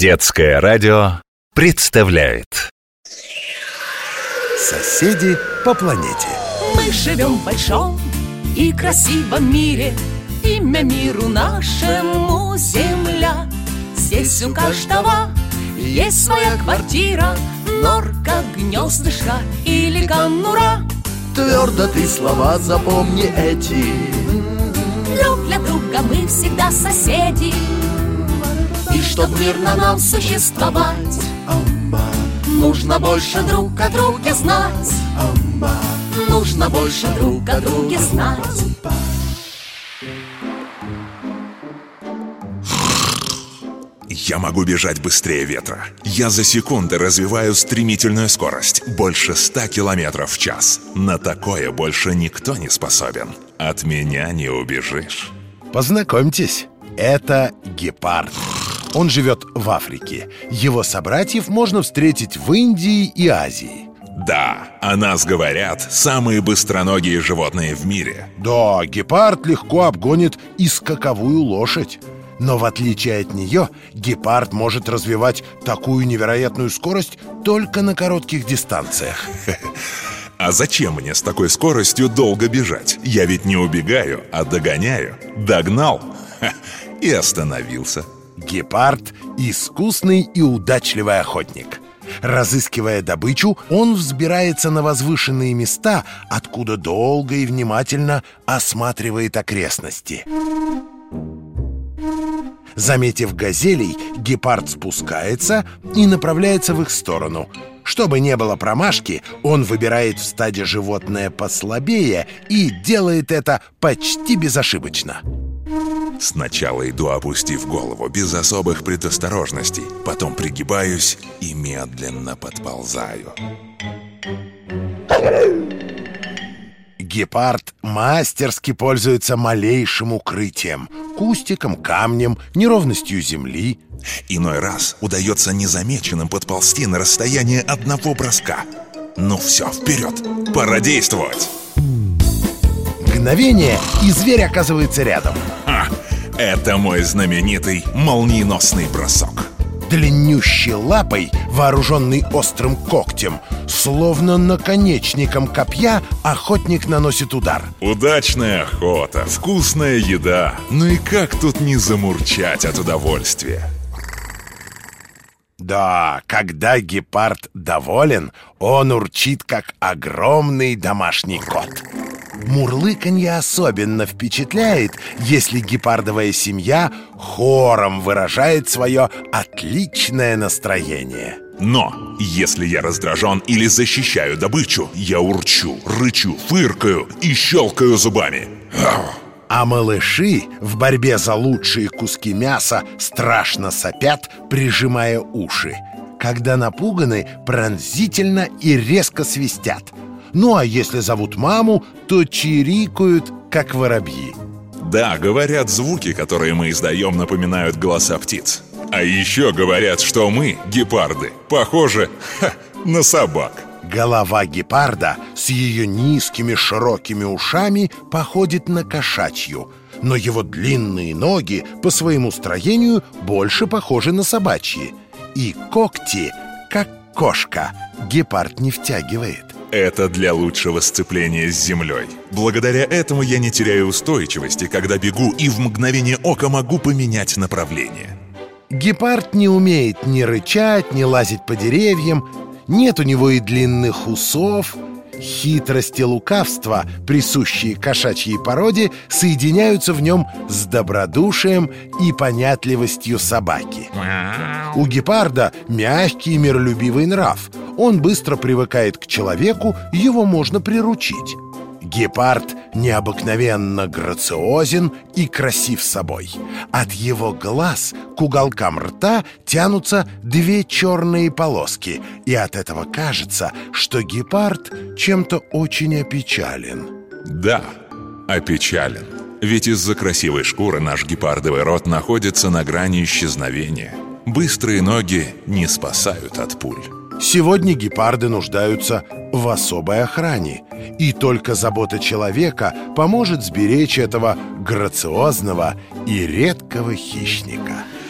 Детское радио представляет Соседи по планете. Мы живем в большом и красивом мире. Имя миру нашему Земля. Здесь у каждого есть своя квартира, норка, гнездышко или конура. Твердо ты слова запомни эти. Друг для друга мы всегда соседи. И чтоб мирно нам существовать, нужно больше друг о друге знать. Нужно больше друг о друге знать. Я могу бежать быстрее ветра. Я за секунды развиваю стремительную скорость. Больше 100 километров в час. На такое больше никто не способен. От меня не убежишь. Познакомьтесь, это гепард. Он живет в Африке. Его собратьев можно встретить в Индии и Азии. Да, о нас говорят самые быстроногие животные в мире. Да, гепард легко обгонит и скаковую лошадь. Но в отличие от нее, гепард может развивать такую невероятную скорость только на коротких дистанциях. А зачем мне с такой скоростью долго бежать? Я ведь не убегаю, а догоняю. Догнал и остановился. Гепард – искусный и удачливый охотник. Разыскивая добычу, он взбирается на возвышенные места, откуда долго и внимательно осматривает окрестности. Заметив газелей, гепард спускается и направляется в их сторону. Чтобы не было промашки, он выбирает в стаде животное послабее и делает это почти безошибочно. Сначала иду, опустив голову, без особых предосторожностей. Потом пригибаюсь и медленно подползаю. Гепард мастерски пользуется малейшим укрытием – кустиком, камнем, неровностью земли. Иной раз удается незамеченным подползти на расстояние одного броска. Ну все, вперед! Пора действовать! Мгновение, и зверь оказывается рядом. Это мой знаменитый молниеносный бросок. Длиннющей лапой, вооруженный острым когтем, словно наконечником копья, охотник наносит удар. Удачная охота, вкусная еда. Ну и как тут не замурчать от удовольствия? Да, когда гепард доволен, он урчит, как огромный домашний кот. Мурлыканье особенно впечатляет, если гепардовая семья хором выражает свое отличное настроение. Но если я раздражен или защищаю добычу, я урчу, рычу, фыркаю и щелкаю зубами. А малыши в борьбе за лучшие куски мяса страшно сопят, прижимая уши. Когда напуганы, пронзительно и резко свистят. Ну а если зовут маму, то чирикают, как воробьи. Да, говорят, звуки, которые мы издаем, напоминают голоса птиц. А еще говорят, что мы, гепарды, похожи на собак. Голова гепарда с ее низкими широкими ушами походит на кошачью, но его длинные ноги по своему строению больше похожи на собачьи. И когти, как кошка, гепард не втягивает. Это для лучшего сцепления с землей. Благодаря этому я не теряю устойчивости, когда бегу, и в мгновение ока могу поменять направление. Гепард не умеет ни рычать, ни лазить по деревьям. Нет у него и длинных усов. Хитрость и лукавство, присущие кошачьей породе, соединяются в нем с добродушием и понятливостью собаки. У гепарда мягкий и миролюбивый нрав. Он быстро привыкает к человеку, его можно приручить. Гепард необыкновенно грациозен и красив собой. От его глаз к уголкам рта тянутся две черные полоски, и от этого кажется, что гепард чем-то очень опечален. Да, опечален. Ведь из-за красивой шкуры наш гепардовый род находится на грани исчезновения. Быстрые ноги не спасают от пуль. Сегодня гепарды нуждаются в особой охране, и только забота человека поможет сберечь этого грациозного и редкого хищника.